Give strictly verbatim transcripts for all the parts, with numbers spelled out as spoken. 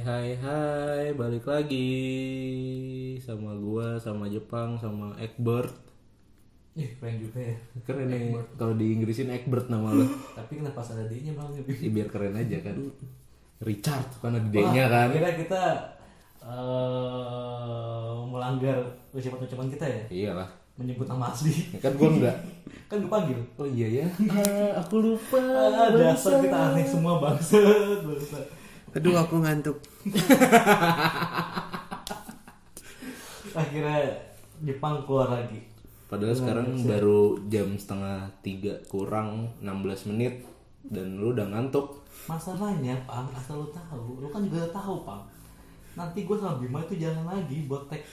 hai hai, balik lagi sama gua, sama Jepang, sama Egbert. Ih, keren juga ya. Keren nih, kalau di Inggrisin Egbert nama lo. Tapi kenapa harus ada D-nya bang? Ya, biar keren aja kan. Richard karena di D-nya kan. Kira kita uh, melanggar ucapan-ucapan kita ya? Iyalah. Menyebut nama asli. Kan gua enggak. Kan gue panggil. Oh iya ya. Ah, aku lupa. Ah, dasar kita aneh semua bangsat, bangsat. Aduh aku ngantuk. Akhirnya Jepang keluar lagi. Padahal Dengan sekarang siap. baru jam setengah tiga kurang enam belas menit dan lu udah ngantuk. Masalahnya Pang, asal lu tahu, lu kan juga tahu Pang. Nanti gue sama Bima itu jalan lagi buat tag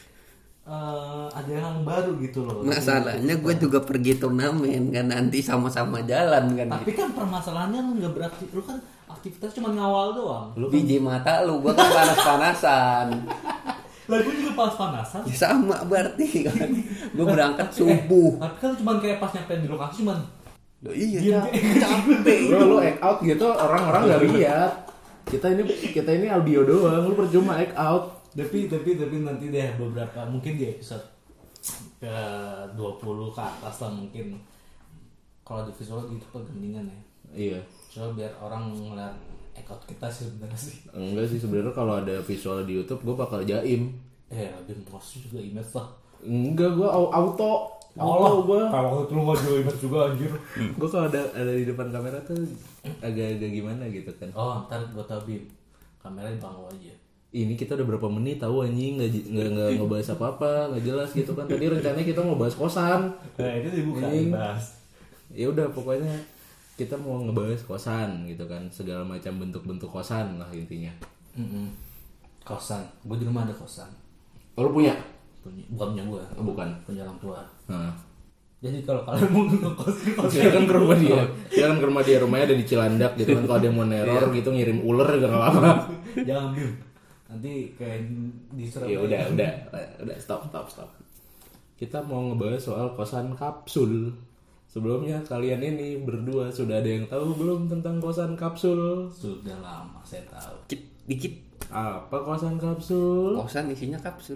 uh, ada yang baru gitu loh. Masalahnya gue juga pergi turnamen kan, nanti sama-sama jalan kan. Tapi kan permasalahannya lu nggak beraktif, lu kan aktivitas cuma ngawal doang. Lu kan Biji mata lu, gue kan panas-panasan. Lah gue juga pas panasan. Ya sama berarti kan. Gue berangkat subuh. Tapi kan cuma kayak pas nyampe di lokasi cuma Loh, iya Diem, capek, capek. Bro, lu act out gitu orang-orang nggak lihat. Kita ini kita ini audio doang, lu percuma act out. tapi tapi tapi nanti deh beberapa mungkin di episode ke dua puluh ke atas lah mungkin kalau di visual gitu perbandingan ya. Iya. Coba biar orang ngeliat account kita sih sebenarnya sih. Enggak sih sebenarnya kalau ada visual di YouTube gue bakal jaim. Eh lebih mos juga image lah. Enggak, gue auto. Allah Auto gue. kalau waktu itu lu nggak jual image juga anjir. Gue kalau ada ada di depan kamera tuh agak-agak gimana gitu kan. Oh ntar gue tau Bim kamera di bangku aja. Ini kita udah berapa menit tahu anjing nggak nggak nggak ngebahas apa-apa nggak jelas gitu kan. Tadi rencananya kita mau bahas kosan. Nah itu dibuka Anjing. dibahas. Ya udah pokoknya kita mau ngebahas kosan gitu kan, segala macam bentuk-bentuk kosan lah intinya. Mm-mm. Kosan, gue di rumah ada kosan. Oh, lu punya? Punya, bukan punya gue, Oh, bukan. punya orang tua. Nah. Jadi kalau kalian mau ngekos di kosan, Silakan ke rumah dia. Silakan ke rumah dia, rumahnya ada di Cilandak gitu kan. Kalau ada yang mau neror gitu ngirim ular juga enggak apa-apa. jangan Bim. Nanti kayak di Surabaya. Ya udah, udah, udah stop, stop, stop. Kita mau ngebahas soal kosan kapsul. Sebelumnya kalian ini berdua sudah ada yang tahu belum tentang kosan kapsul? Sudah lama saya tahu. Dikit, dikit. Apa kosan kapsul? Kosan isinya kapsul.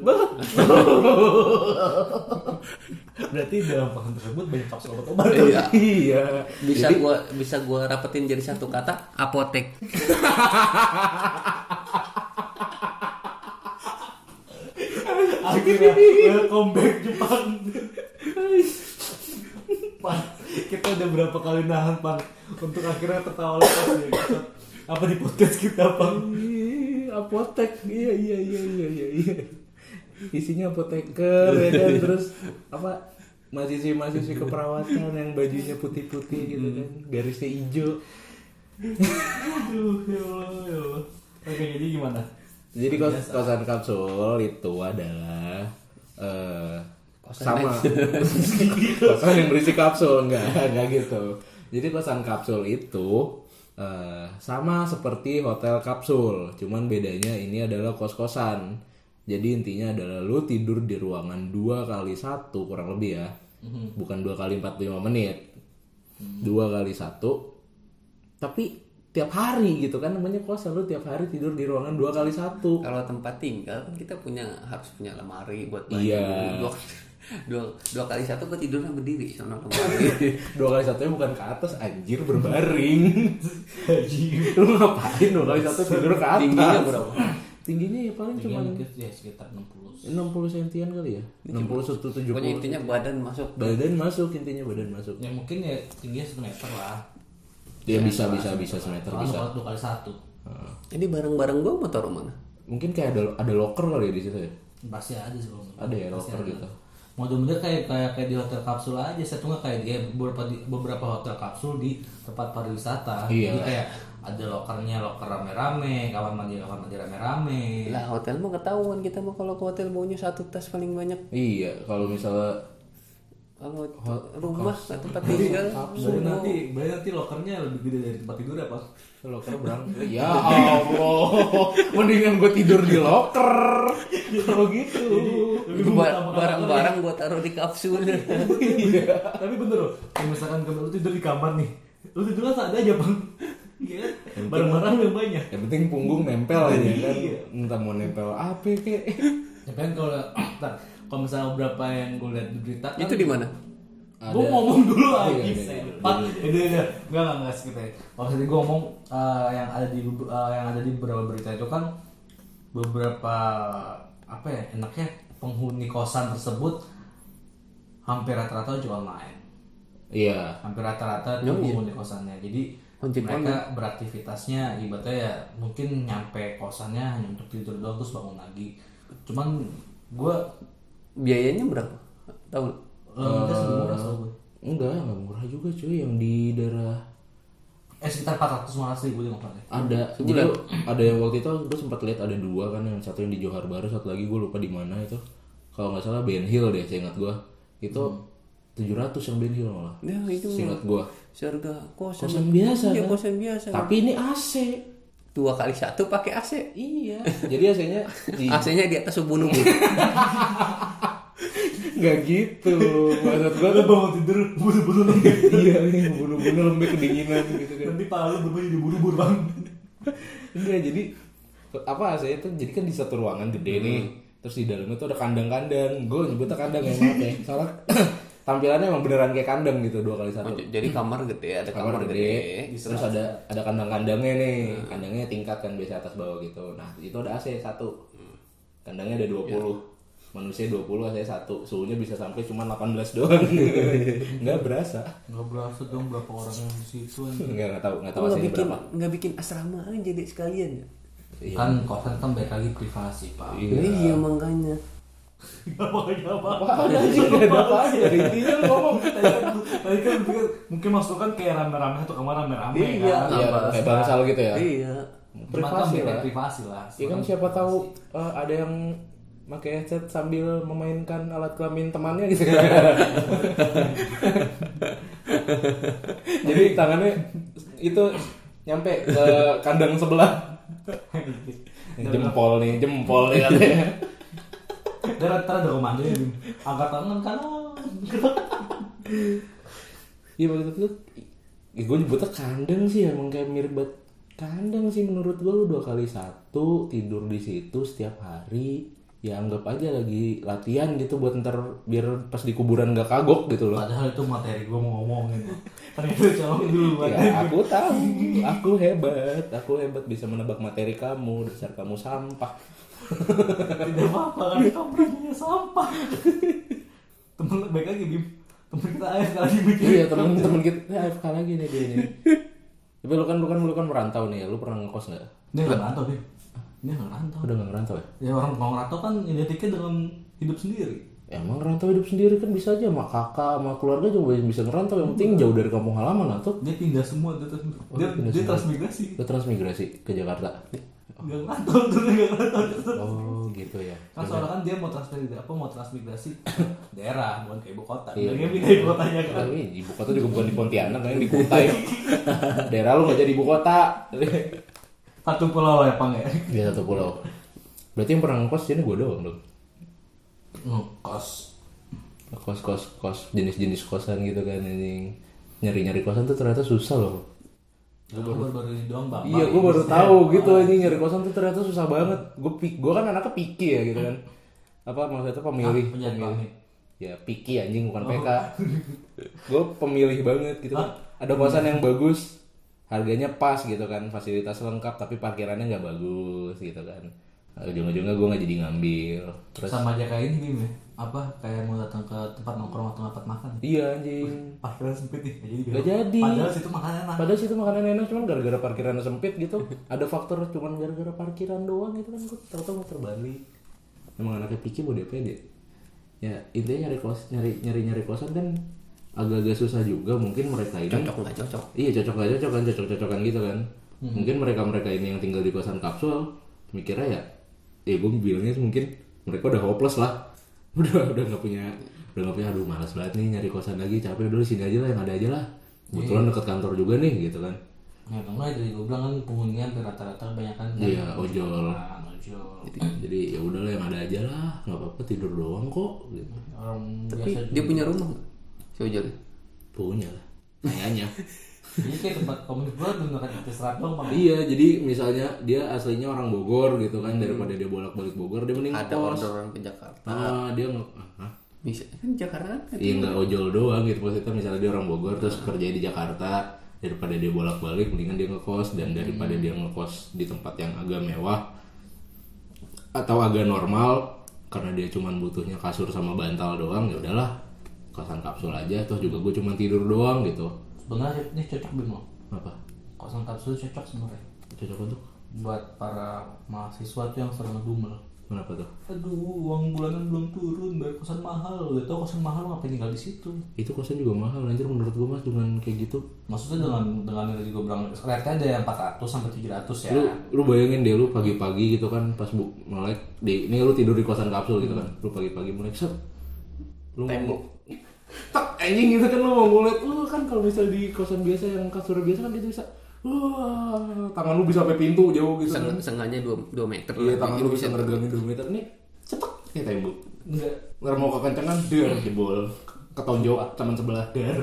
Berarti dalam kosan tersebut banyak kapsul obat-obat. Iya. Iya. Bisa Jadi- gua bisa gua rapetin jadi satu kata, apotek. Akhirnya welcome back Jepang. Pan, kita udah berapa kali nahan Pan untuk akhirnya tertawa lepas ya. Kita, apa di podcast kita Pan? Ih, apotek. Iya, iya, iya, iya, iya, iya. Isinya apoteker ya kan, terus apa? Mahasiswi-mahasiswi keperawatan yang bajunya putih-putih gitu kan, garisnya hijau. Aduh, ya Allah, ya Allah. Oke, jadi gimana? Jadi kos Biasa. kosan kapsul itu adalah eh Kosan sama kosan yang berisi kapsul, enggak enggak gitu. Jadi kosan kapsul itu eh, sama seperti hotel kapsul, cuman bedanya ini adalah kos-kosan. Jadi intinya adalah lu tidur di ruangan dua kali satu kurang lebih ya, bukan dua kali empat puluh lima menit, dua kali satu. Tapi tiap hari gitu kan, namanya kosan, lu tiap hari tidur di ruangan dua kali satu. Kalau tempat tinggal kan kita punya harus punya lemari buat baju. Iya. Dua, dua, dua kali satu gua tidurnya berdiri sama lemari. Dua kali satunya bukan ke atas, anjir, berbaring. Lu ngapain dua kali satu tidur ke atas? Tingginya berapa? Tingginya ya paling cuma Cuma ya sekitar enam puluh. enam puluh sentian kali ya. enam puluh satu tujuh Pokoknya puluh. intinya badan masuk. Badan masuk, intinya badan masuk. Ya mungkin ya tingginya satu meter lah. Dia bisa bisa bisa semeter Soalnya bisa. kalau dua kali satu. Heeh. Ini barang-barang gua mau taruh mana? Mungkin kayak ada ada locker kali ya di situ ya. Pasti ada sih kalau Ada ya Pasti locker ada. gitu. Model-model kayak kayak kayak di hotel kapsul aja. Saya tuh nggak kayak di beberapa di, beberapa hotel kapsul di tempat pariwisata. Iya. Jadi kayak ada lokernya, loker rame-rame, kamar mandi kamar mandi rame-rame. Lah hotel mah ketahuan kita mah kalau ke hotel baunya satu tas paling banyak. Iya, kalau misalnya Kalau Hot- rumah ke tempat tinggal. Berarti nanti, berarti nanti lokernya lebih gede dari tempat tidur ya, Pak? locker berang. Ya Allah, mendingan gue tidur di locker. Kalau gitu. Itu ba- barang-barang gua taruh di kapsul. Tapi bener loh, kalau misalkan kamu lu tidur di kamar nih, lu tidurnya saat aja bang. Iya, barang-barang yang banyak. Yang penting punggung nempel aja kan. Iya. Entah mau nempel apa kek. Tapi kan kalau ntar, kalau misalnya beberapa yang gue lihat di berita kan, Itu di mana? gue ngomong dulu Oh, lagi, iya, iya, saya iya. lupa. Itu itu, nggak nggak nggak skip ya. Kalau misalnya gue ngomong eh, yang ada di eh, yang ada di beberapa berita itu kan beberapa apa ya enaknya penghuni kosan tersebut hampir rata-rata jual online. Iya. Hampir rata-rata itu Oh, iya. penghuni kosannya. Jadi Kunci mereka beraktivitasnya ibaratnya ya mungkin nyampe kosannya hanya untuk tidur doang terus bangun lagi. Cuman gue Biayanya berapa? Tahu nggak? uh, lebih murah tau gue. Enggak, enggak murah juga cuy yang di daerah Eh sekitar empat ratus lima ribu dia ngobrolnya. ada. Jadi ada yang waktu itu gue sempat lihat ada dua kan, yang satu yang di Johar Baru, satu lagi gue lupa di mana itu. Kalau nggak salah Ben Hill deh, saya ingat gue. Itu tujuh ratus yang Ben Hill malah. Ya itu Seingat gue. Harga kosan. Kosan biasa Iya, kan? kosan biasa. Tapi ini A C. Dua kali satu pakai A C. Iya. Jadi A C-nya di A C-nya di atas ubun-ubun. nggak gitu. Maksud gue Lu bangun tidur buru-buru lembek. iya nih bunuh-bunuh lembek kedinginan gitu kan. Nanti pala lu berubah jadi buru-buru bang. Enggak, jadi apa saya tuh jadi kan di satu ruangan gede nih. Terus di dalamnya tuh ada kandang-kandang. Gue nyebutnya kandang ya, maaf ya. Soalnya tampilannya emang beneran kayak kandang gitu, dua kali satu. Oh, j- jadi kamar gede, ada kamar, Kamar gede. gede. Terus ada ada kandang-kandangnya nih. Kandangnya tingkat kan biasa atas bawah gitu. Nah, itu ada A C satu. Kandangnya ada dua puluh. Manusia dua puluh, A C satu. Suhunya bisa sampai cuma delapan belas doang. Enggak berasa. Nggak berasa dong berapa orang yang di situ. Enggak enggak tahu, enggak tahu Nggak A C-nya bikin berapa. nggak bikin asrama aja deh sekalian ya. Iya. Kan kosan kan baik lagi privasi pak. Iya. Iya makanya. Apa apa? Apa ada sih enggak ada apa dari intinya lu ngomong. Tadi kan mungkin, mungkin masuk kan kayak rame-rame satu kamar rame-rame Iya, kan. Iya, Tambah kayak setelah- bangsal gitu ya. Iya. Privasi Cuma kan lah. privasi lah. Iya kan siapa tahu eh, ada yang pakai headset sambil memainkan alat kelamin temannya gitu. Jadi tangannya itu nyampe ke kandang sebelah. Jempol nih, jempol nih katanya. Dan rata ada komando ya, Bim. Angkat tangan kanan. Iya maksud lu, ya gue nyebutnya kandang sih emang kayak mirip banget kandang sih menurut gue. Lu dua kali satu tidur di situ setiap hari, ya anggap aja lagi latihan gitu buat ntar biar pas di kuburan gak kagok gitu loh. Padahal itu materi gue mau ngomongin. Ternyata colong dulu materi. Ya aku tahu, aku hebat, aku hebat bisa menebak materi kamu, dasar kamu sampah. Tidak apa-apa kan kamu punya sampah. Temen baik lagi Bim. Temen kita A F K lagi bikin. Iya temen-temen kita, ya A F K lagi nih dia nih. Tapi lu kan lu kan lu kan merantau nih, lu pernah ngekos nggak? Dia nggak rantau Bim. Dia nggak rantau. Udah nggak ngerantau ya? Ya orang mau ngerantau kan identiknya dengan hidup sendiri. Emang ngerantau hidup sendiri kan bisa aja sama kakak sama keluarga juga bisa ngerantau, yang penting jauh dari kampung halaman atau Dia pindah semua dia, trans- Oh, dia, pindah dia semua. transmigrasi. lu transmigrasi ke Jakarta. Nggak ngerantau tuh nggak ngerantau. Oh gitu ya. Kan soalnya kan dia mau transmigrasi apa mau transmigrasi ke daerah bukan ke ibu kota. Iya. Dia pindah ibu kotanya kan. Tapi ibu kota juga bukan di Pontianak kan, di Kutai. Daerah lu nggak jadi ibu kota. Satu pulau ya Pang ya. Dia satu pulau. Berarti yang pernah ngekos jadi gue doang dong. Ngekos. Kos kos kos jenis-jenis kosan gitu kan, anjing. Nyari-nyari kosan tuh ternyata susah loh. Gue baru baru ini doang bang. Iya, gue baru tahu gitu anjing, nyari kosan tuh ternyata susah banget. Gue pik, gue kan anaknya picky ya gitu kan. Apa maksudnya pemilih? Ah, penjahat pemilih. pamit. Ya picky anjing bukan P K. Gue pemilih banget gitu kan. Ada kosan yang bagus, harganya pas gitu kan, fasilitas lengkap tapi parkirannya nggak bagus gitu kan. Ujung-ujungnya gue nggak jadi ngambil. Terus Sama aja kayak ini Bim ya. Apa kayak mau datang ke tempat nongkrong atau tempat makan. iya anjing. Parkiran sempit nih. Nggak jadi. Bim. Nggak jadi. Padahal situ makanan enak. Padahal situ makanan enak, cuman gara-gara parkirannya sempit gitu. Ada faktor cuman gara-gara parkiran doang gitu kan, gue tau-tau muter balik. Emang anaknya picky mau D P D. Ya intinya nyari kos, nyari nyari nyari kosan kan agak-agak susah juga. Mungkin mereka ini Cocok nggak cocok? iya cocok nggak cocok kan, cocok-cocokan gitu kan. Mungkin mereka-mereka ini yang tinggal di kosan kapsul mikirnya ya, ya gue bilangnya mungkin mereka udah hopeless lah. Udah udah nggak punya udah nggak punya aduh malas banget nih nyari kosan lagi, capek dulu sini aja lah yang ada aja lah. Kebetulan deket kantor juga nih gitu kan. Ya enggak jadi gue bilang kan penghuninya hampir rata-rata kebanyakan kan Iya, ojol. Nah, ojol. Jadi ya udahlah yang ada aja lah, nggak apa-apa tidur doang kok. Gitu. Orang Tapi biasa dia punya rumah nggak? Si Ojol. Punya lah, kayaknya. Jadi kayak tempat komunis gue beneran istirahat doang bang. Iya, jadi misalnya dia aslinya orang Bogor gitu kan, daripada dia bolak-balik Bogor dia mending Ada ngekos. order orang ke Jakarta. Ah, dia nge Hah? Bisa kan Jakarta kan? Iya nggak ojol doang gitu, maksudnya misalnya dia orang Bogor terus kerja di Jakarta, daripada dia bolak-balik mendingan dia ngekos, dan daripada dia ngekos di tempat yang agak mewah atau agak normal karena dia cuman butuhnya kasur sama bantal doang, ya udahlah kosan kapsul aja, terus juga gue cuma tidur doang gitu. Sebenarnya ini cocok Bimo. Apa? Kosan kapsul cocok sebenarnya Cocok untuk? buat para mahasiswa tuh yang sering ngedumel. Kenapa tuh? Aduh, uang bulanan belum turun, bayar kosan mahal. Udah tau kosan mahal ngapain tinggal di situ? Itu kosan juga mahal anjir menurut gue mas, dengan kayak gitu. Maksudnya dengan dengan yang tadi gue bilang, rate ada yang empat ratus sampai tujuh ratus ya. Lu lu bayangin deh, lu pagi-pagi gitu kan pas bu melek di ini lu tidur di kosan kapsul gitu kan. Lu pagi-pagi melek set. Lu Tembok. tak anjing gitu kan, lu mau ngeliat lu kan kalau misal di kosan biasa yang kasur biasa kan itu bisa wah, tangan lu bisa sampai pintu jauh gitu kan. Seng- Sengaja dua meter. Iya, lah. tangan lu bisa ngeregangin dua meter nih. Cetek kayak tembok. Enggak. Ntar mau kekencengan der jebol. Ketonjok teman sebelah der.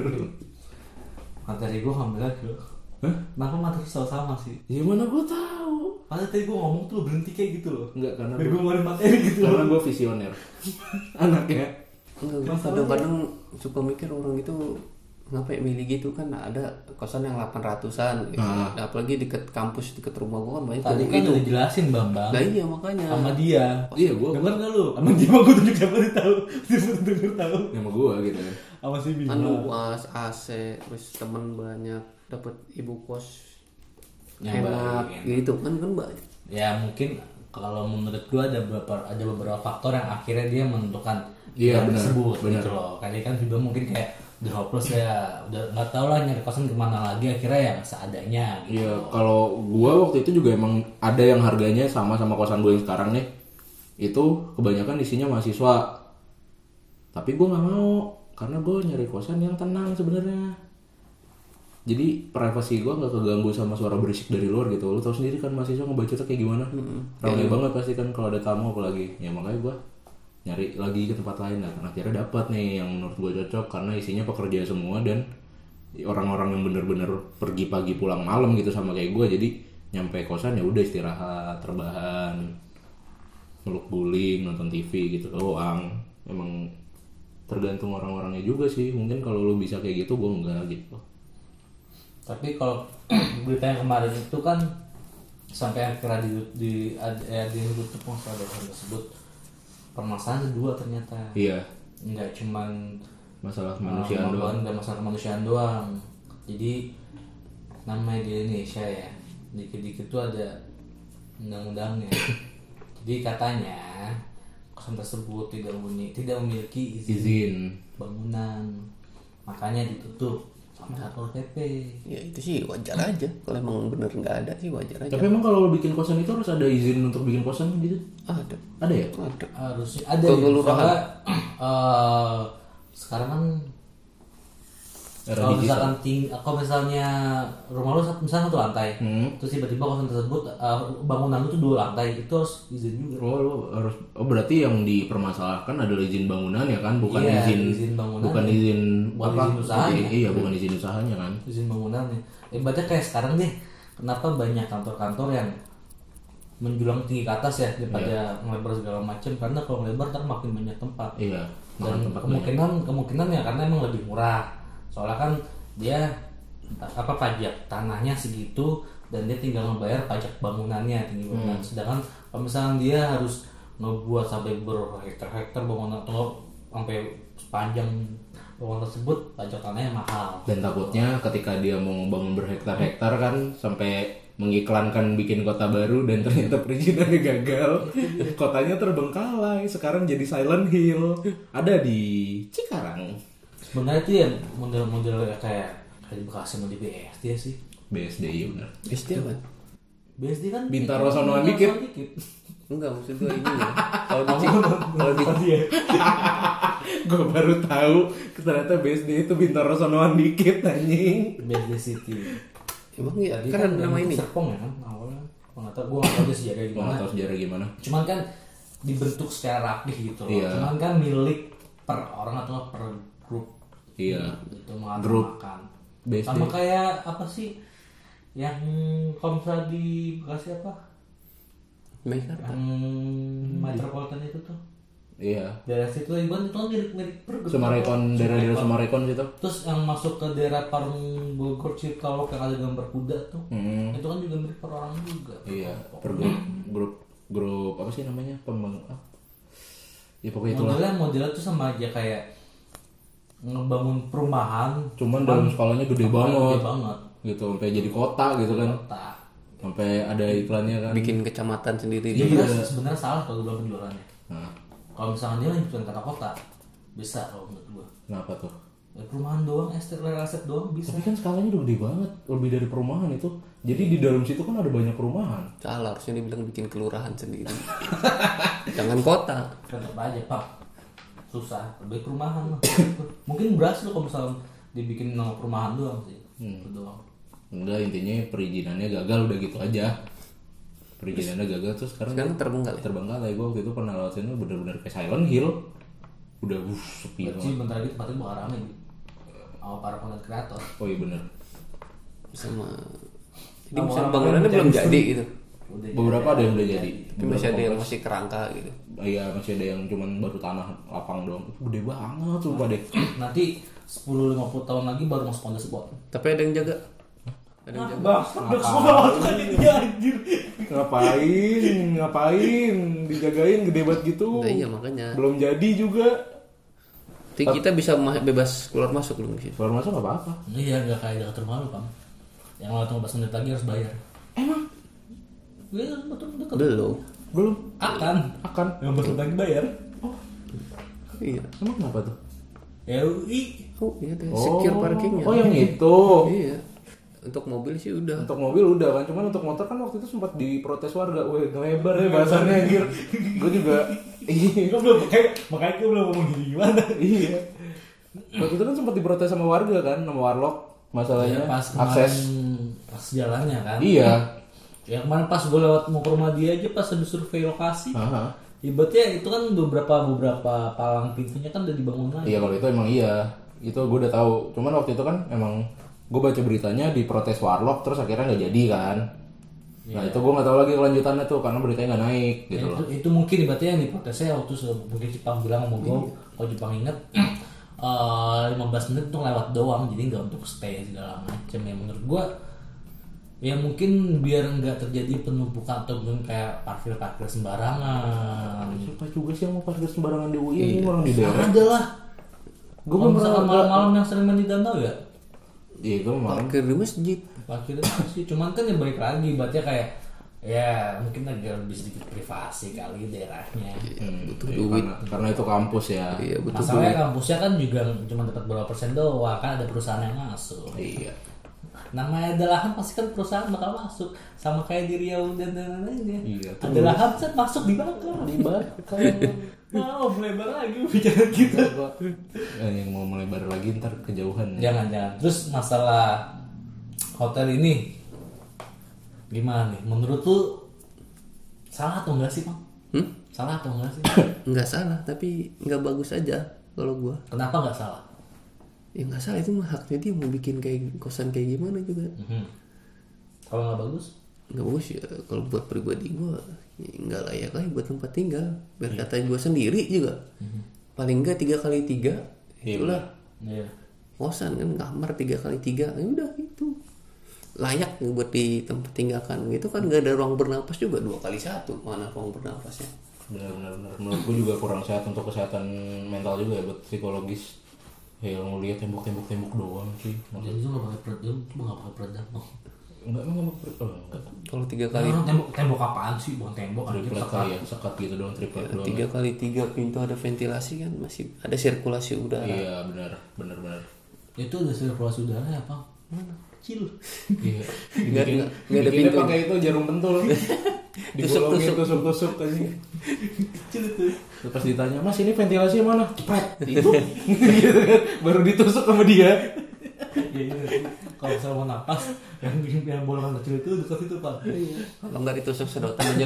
Materi gue ngambil aja. Hah? Kenapa materi selalu sama sih? Ya mana gua tahu. Padahal tadi gue ngomong tuh berhenti kayak gitu loh. Enggak, karena Biar gua, gue ngeluarin materi gitu loh. karena gua visioner. Anaknya. Enggak, gue Masalahnya- kadang-kadang suka mikir orang itu ngapain milih gitu kan, ada kosan yang delapan ratusan gitu. Ah. Nah, apalagi deket kampus, deket rumah gue kan banyak Tadi kayak kan gitu. udah jelasin Bambang. Nah iya makanya. Sama dia. Iya, gua Dengar gak lu? Sama dia mah gue tunjuk siapa dia tahu. Dia pun denger tahu. sama gua gitu kan. Sama si Bima. Kan luas, A C, terus teman banyak, dapat ibu kos Yang enak baik, gitu kan kan banyak. Ya mungkin kalau menurut gua ada beberapa ada beberapa faktor yang akhirnya dia menentukan Iya, hal benar, tersebut benar. gitu loh. Kali kan juga mungkin kayak udah hopeless ya, udah nggak tahu lah nyari kosan kemana lagi, akhirnya ya seadanya gitu. Iya, kalau gua waktu itu juga emang ada yang harganya sama sama kosan gue yang sekarang nih. Itu kebanyakan isinya mahasiswa. Tapi gua nggak mau karena gue nyari kosan yang tenang sebenarnya. Jadi privasi gua nggak keganggu sama suara berisik dari luar gitu. Lu tau sendiri kan mahasiswa ngebacotnya kayak gimana? Ramai banget pasti kan kalau ada tamu apalagi. Ya makanya gua nyari lagi ke tempat lain. Nah, akhirnya dapat nih yang menurut gue cocok karena isinya pekerja semua dan orang-orang yang bener-bener pergi pagi pulang malam gitu sama kayak gue. Jadi nyampe kosan ya udah istirahat, rebahan, meluk guling, nonton T V gitu doang. Emang tergantung orang-orangnya juga sih. Mungkin kalau lu bisa kayak gitu, gue enggak gitu. Tapi kalau berita yang kemarin itu kan sampai akhirnya di di eh, di YouTube masalah dosen tersebut, permasalahan kedua ternyata. Iya, Nggak cuman masalah uh, kemanusiaan doang. dan masalah kemanusiaan doang. Jadi namanya di Indonesia ya, dikit-dikit tuh ada undang-undangnya. Jadi katanya kosan tersebut tidak memiliki tidak memiliki izin, Izin. bangunan, makanya ditutup sama Satpol P P. Ya itu sih wajar aja. Kalau emang bener nggak ada sih wajar aja. Tapi emang kalau lu bikin kosan itu harus ada izin untuk bikin kosan gitu? Ada. Ada ya? Ada. Harusnya ada Ke ya. kelurahan. Soalnya, eh, sekarang kan Era kalau digital. misalkan ting kalau misalnya rumah lu satu- misalnya satu lantai, Hmm. terus tiba-tiba kosan tersebut eh, bangunan lu tuh dua lantai, itu harus izin juga. Oh, lu harus oh berarti yang dipermasalahkan adalah izin bangunan ya kan, bukan Iya, izin, izin bangunan bukan ya. izin Bukan apa? izin usahanya. Izin- iya, bukan izin usahanya kan. Izin bangunannya. Ibaratnya kayak sekarang deh, kenapa banyak kantor-kantor yang menjulang tinggi ke atas ya daripada ngelebar segala macam, karena kalau ngelebar ntar makin banyak tempat. Iya. Dan makan tempat kemungkinan kemungkinan ya karena emang lebih murah. Soalnya kan dia apa pajak tanahnya segitu dan dia tinggal membayar pajak bangunannya tinggi bangunan. Sedangkan kalau misalnya dia harus ngebuat sampai berhektar-hektar bangunan atau sampai sepanjang bangunan tersebut, pajak tanahnya mahal. Dan takutnya ketika dia mau bangun berhektar-hektar kan sampai mengiklankan bikin kota baru dan ternyata perizinannya gagal, kotanya terbengkalai, sekarang jadi Silent Hill, ada di Cikarang. Sebenarnya itu ya model-model kayak kayak di Bekasi sama di B S D sih. B S D iya benar. S D apa? B S D kan Bintaro sonoan dikit. Enggak, maksud gue ini ya. Kalau di kalau di Gue baru tahu ternyata B S D itu Bintaro sonoan dikit anjing. B S D City. emang ya Tadi kan nama dari ini. Serpong ya kan awalnya. Gue nggak tahu, gue nggak tahu dia sejarah Gue gimana. nggak tahu sejarah gimana. Cuman kan dibentuk secara rapih gitu loh. Iya. Cuman kan milik per orang atau per grup Iya. gitu Grup. mengatakan. B S D. Sama kayak apa sih yang kalau misalnya di Bekasi apa? Meikarta. Yang Metropolitan itu tuh. Iya. Daerah situ Iban itu kan mirip-mirip pergub. Sumarekon, daerah-daerah Sumarekon situ. Terus yang masuk ke daerah Parung Bogor Cikalok yang ada gambar kuda tuh. Hmm. Itu kan juga mirip per orang juga. Iya, per grup grup grup apa sih namanya? Pembangun ah. Ya pokoknya itulah. Modelnya modelnya tuh sama aja kayak ngebangun perumahan. Cuman dalam skalanya gede banget. Gede banget. Gitu, sampai jadi kota gitu kan. Kota. Sampai ada iklannya kan. Bikin kecamatan sendiri. Jadi Dia sebenarnya sebenarnya salah kalau gue bilang penjualannya. Nah, Kalau misalnya dia menyebutkan kata kota, bisa kalau menurut gue. kenapa tuh? Ya, perumahan doang, estate real estate doang bisa. Tapi kan skalanya udah gede banget, lebih dari perumahan itu. Jadi di dalam situ kan ada banyak perumahan. salah, harusnya dibilang bikin kelurahan sendiri. Jangan kota. Tetap aja pak, susah. Lebih perumahan lah. Mungkin berhasil kalau misalnya dibikin nama perumahan doang sih. Hmm. Itu doang. Enggak, intinya perizinannya gagal udah gitu aja. Perizinannya gagal terus sekarang Sekarang terbengkalai. terbengkalai. Gue waktu itu pernah lewat sini bener-bener kayak Silent Hill. Udah wuh, sepi Berarti banget. bentar lagi tempatnya bakal rame gitu. Sama para content creator. Oh iya bener. Sama jadi Sama misalnya orang-orang bangunannya yang belum jadi jadi gitu. Udah Beberapa ada yang udah jadi. Tapi masih ada yang masih kerangka gitu. Iya masih ada yang cuman baru tanah lapang doang. Itu gede banget sumpah deh. nanti sepuluh sampai lima puluh tahun lagi baru masuk on the spot. Tapi ada yang jaga. Ada yang jaga. Bang, udah semua kan ini anjir. Ngapain? Ngapain? Dijagain gede banget gitu. Nah, iya makanya. Belum jadi juga. Jadi kita bisa ma- bebas keluar masuk belum sih? Keluar masuk nggak apa-apa. Iya, nggak kayak dekat rumah lu kan. Yang lewat lima belas menit lagi harus bayar. Emang? Iya, betul dekat. Belum. Belum. Akan. Akan. lima belas menit lagi bayar. Iya. Emang kenapa tuh? Ya, i. Oh iya ada secure parkingnya. Oh yang itu. Iya. Untuk mobil sih udah. Untuk mobil udah kan, cuman untuk motor kan waktu itu sempat diprotes warga. Weh, ngelebar ya bahasannya anjir. Gue juga iya. Gue belum makanya makanya gue belum ngomong gini gimana. Iya. Waktu itu kan sempat diprotes sama warga kan, sama warlock masalahnya Ya, pas akses. pas jalannya kan. Iya. Ya kemarin pas gue lewat mau ke rumah dia aja pas ada survei lokasi. Aha. Ibaratnya itu kan beberapa beberapa palang pintunya kan udah dibangun lagi. Iya kalau itu emang iya. Itu gue udah tahu. Cuman waktu itu kan emang gue baca beritanya diprotes warlock terus akhirnya nggak jadi kan. Nah itu gue nggak tahu lagi kelanjutannya tuh karena beritanya nggak naik Ya, gitu loh. itu, itu mungkin ibaratnya yang diprotesnya waktu sudah mungkin Jepang bilang sama gue, kalau Jepang inget eh, lima belas menit tuh lewat doang, jadi nggak untuk stay segala macam. Ya menurut gue ya mungkin biar nggak terjadi penumpukan atau mungkin kayak parkir parkir sembarangan. Siapa juga sih yang mau parkir sembarangan di U I ini orang di daerah. Ada lah. Gue Kalau belum misalkan pernah. malam-malam yang sering main di danau ya Iya gue malam. Parkir di masjid. parkirnya sih, cuman kan ya balik lagi, ibaratnya kayak ya mungkin agak lebih sedikit privasi kali daerahnya. Hmm, butuh iya, duit. Karena, karena itu kampus ya. Iya betul. Masalahnya kampusnya kan juga cuma dapat berapa persen doang, kan ada perusahaan yang masuk. Iya. Namanya ada lahan pasti kan perusahaan bakal masuk, sama kayak di Riau dan lain-lainnya. Iya, Ada terus. lahan kan masuk di bakar. Di bakar. Mau melebar lagi bicara gitu. Eh, yang mau melebar lagi ntar kejauhan. Ya. Jangan jangan. Terus masalah hotel ini gimana nih? Menurut lu salah atau enggak sih, Bang? Hmm? Salah atau enggak sih? Nggak salah tapi nggak bagus aja kalau gua. Kenapa enggak salah? Ya nggak salah, itu mah haknya dia mau bikin kayak kosan kayak gimana juga. Mhm. Kalau nggak bagus? Nggak bagus ya kalau buat pribadi gua ya nggak layak aja buat tempat tinggal. Biar kata gua sendiri juga. Paling nggak tiga kali tiga Iya, itulah Iya. kosan kan, kamar tiga kali tiga ya udah itu layak buat di tempat tinggalkan. Itu kan nggak ada ruang bernapas juga, dua kali satu mana ruang bernapasnya. Benar-benar. Menurut gue juga kurang sehat untuk kesehatan mental juga ya buat psikologis. Ya yang ngeliat tembok-tembok-tembok doang sih. Jadi itu nggak pakai peredam, nggak pakai peredam. Oh. Enggak, emang enggak oh, enggak. Kalau tiga Kali kali tembok tembok apaan sih? Bukan tembok, anjir Triplet sekat. kali ya, sekat gitu doang, triplet doang. tiga kali tiga pintu ada ventilasi kan, masih ada sirkulasi udara. Iya, benar, benar, benar. Itu udah sirkulasi udara ya, Bang? Mana? Kecil. Iya. Nggak- Dibikin, nggak- nggak ada dibikinnya pintu. pakai itu jarum pentul. Dibolongin Tusuk-tusuk. tusuk-tusuk aja. Kecil itu. Terus pas ditanya, "Mas, ini ventilasinya mana?" Cepet. Itu. Gitu kan. Baru ditusuk sama dia. Iya, iya. Kalau misalnya mau napas, yang yang bolongan kecil itu dekat itu, Pak. Kalau nggak ditusuk sedotan aja.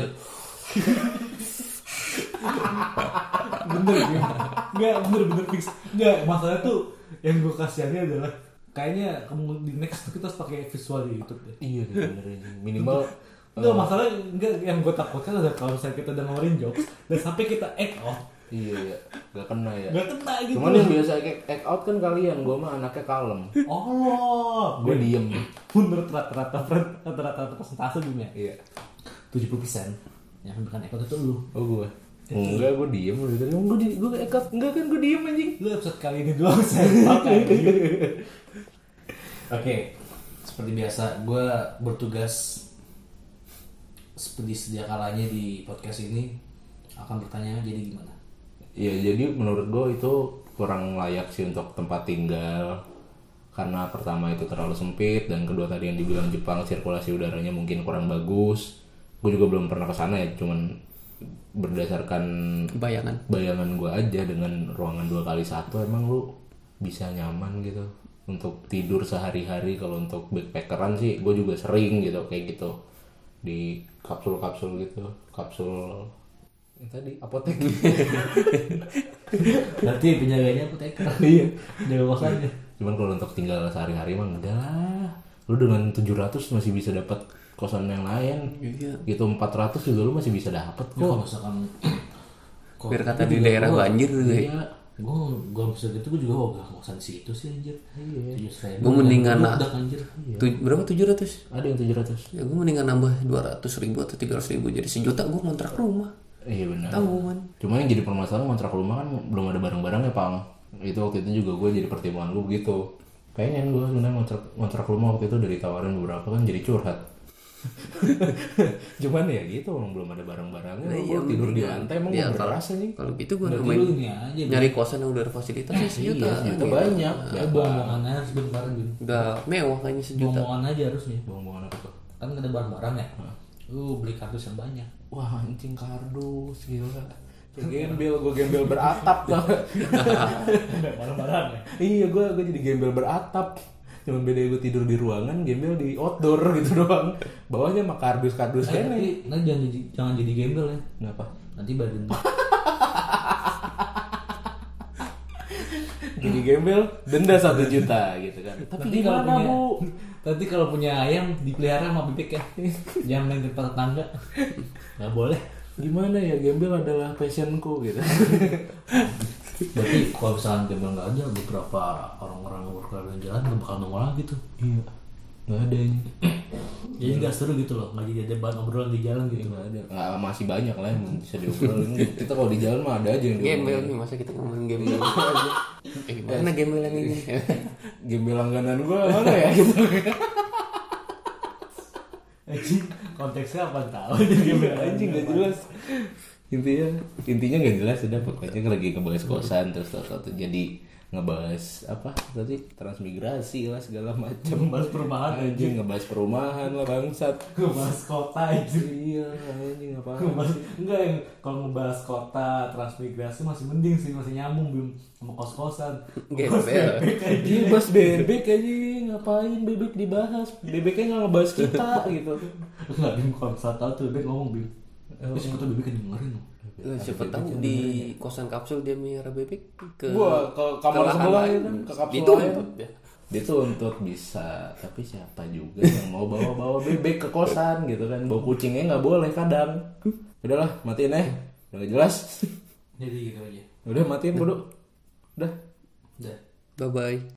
Bener ya? Enggak, bener bener fix. Enggak, masalahnya tuh yang gue kasihannya adalah kayaknya kamu di next kita harus pakai visual di YouTube deh. Iya bener aja. Minimal Enggak, masalah enggak yang gue takutkan adalah kalau misalnya kita udah ngeluarin jokes dan sampai kita act out. iya ya, gak kena ya. Gak kena gitu. Cuman yang biasa act act out kan kalian, gue mah anaknya kalem. Oh, Gue diem. menurut rata-rata rata-rata persentase dunia Iya. tujuh puluh persen yang bukan act out itu lu. Oh gue. Enggak, gue diem udah tadi. Gue di gue act out. Enggak kan gue diem anjing. Lu episode kali ini doang saya pakai. Oke, seperti biasa gue bertugas seperti sedia kalanya di podcast ini akan bertanya jadi gimana? Ya jadi menurut gue itu kurang layak sih untuk tempat tinggal. Karena pertama itu terlalu sempit dan kedua tadi yang dibilang Jepang sirkulasi udaranya mungkin kurang bagus. Gue juga belum pernah kesana ya, cuman berdasarkan Bayangan. bayangan gue aja dengan ruangan dua kali satu emang lu bisa nyaman gitu untuk tidur sehari-hari. Kalau untuk backpackeran sih gue juga sering gitu kayak gitu di kapsul-kapsul gitu, kapsul yang tadi apotek. Berarti penjaganya apoteker. Iya, Jaga kosannya. cuman kalau untuk tinggal sehari-hari mah enggak lah. Lu dengan tujuh ratus masih bisa dapat kosan yang lain. Iya. Gitu empat ratus juga lu masih bisa dapat Ya, kalau kok. misalkan kok Biar kata gua di juga daerah gua- banjir tuh ya. Iya, gue gue bisa gitu gue juga ogah kosan situ sih anjir. Iya. Tujuh seribu. Gua mendingan udah lah. anjir. Tu- berapa tujuh ratus? Ada yang tujuh ratus. Ya gue mendingan nambah dua ratus ribu atau tiga ratus ribu jadi sejuta gue ngontrak rumah. Iya benar. Tanggungan. Cuma yang jadi permasalahan kontrak rumah kan belum ada barang-barangnya, Pang. Itu waktu itu juga gue jadi pertimbangan gue begitu. Pengen gue sebenarnya kontrak kontrak rumah waktu itu udah ditawarin beberapa kan jadi curhat. Cuman ya gitu, orang belum ada barang-barangnya. Nah, Gua iya, tidur di mendingan. lantai emang Ya, gue kalau- berasa nih. Kalau gitu gue Berarti main lu ini aja. nyari kosan yang udah ada fasilitasnya sejuta. Iya, sejuta gitu. banyak. Ya bohong-bohongan aja sebentar Bin. Udah mewah kayaknya sejuta. Bohong-bohongan aja harusnya. Bohong-bohongan apa tuh? Kan ada barang-barang ya. Lu beli kardus yang banyak. Wah anjing kardus gila. Kayak gembel, gue gembel beratap tuh. Ada barang-barang ya. Iya, gue gue jadi gembel beratap. Cuman beda gue tidur di ruangan, gembel di outdoor gitu doang. Bawahnya mah kardus-kardus Eh, kan. tapi nanti jangan jadi, jangan jadi gembel ya. Kenapa? Nanti badan Jadi gembel denda satu juta gitu kan. Tapi Nanti kalau gimana punya- bu? Nanti kalau punya ayam dipelihara sama bebek ya. Jangan main di tempat tetangga. Gak boleh. Gimana ya, gembel adalah passionku gitu. Berarti kalau misalkan gembel nggak ada, beberapa orang-orang yang berkeliaran jalan nggak bakal nongol lagi tuh. Iya, nggak ada ini. Jadi nggak seru gitu loh, nggak jadi ada bahan obrolan di jalan gitu. Nggak ada. Nggak, masih banyak lah yang bisa diobrolin. Kita kalau di jalan mah ada aja yang Gembel diobrolin. nih, masa kita ngomongin gembel aja. Eh, mana gembel yang ini? Gembel langganan gue mana ya gitu. Anjing, konteksnya apa tahu aja gembel Anjing nggak jelas. Intinya intinya nggak jelas, udah pokoknya lagi ngebahas kosan terus terus jadi ngebahas apa tadi transmigrasi lah segala macam. Ngebahas perumahan Anjing ngebahas perumahan lah bangsat. Ngebahas kota aja. Iya anjing apa? Ngebahas, enggak yang kalau ngebahas kota transmigrasi masih mending sih, masih nyambung belum sama kos-kosan. Gembel. Iya bahas bebek aja, ngapain bebek dibahas? Bebeknya nggak ngebahas kita gitu. Enggak, Bim, kalau misalnya tahu tuh bebek ngomong Bim. Terus kita bebek yang dengerin loh. Lah, siapa tahu di kosan kapsul dia miara bebek ke Gua ke kamar lahan sebelah lain. itu, ke kapsul Dituntut lain. ya. Dia tuntut bisa, tapi siapa juga yang mau bawa-bawa bebek ke kosan gitu kan? Bawa kucingnya nggak boleh kadang. Udahlah, matiin eh. Udah nggak jelas. Jadi gitu aja. Udah matiin bodoh. Udah. Udah. Bye bye.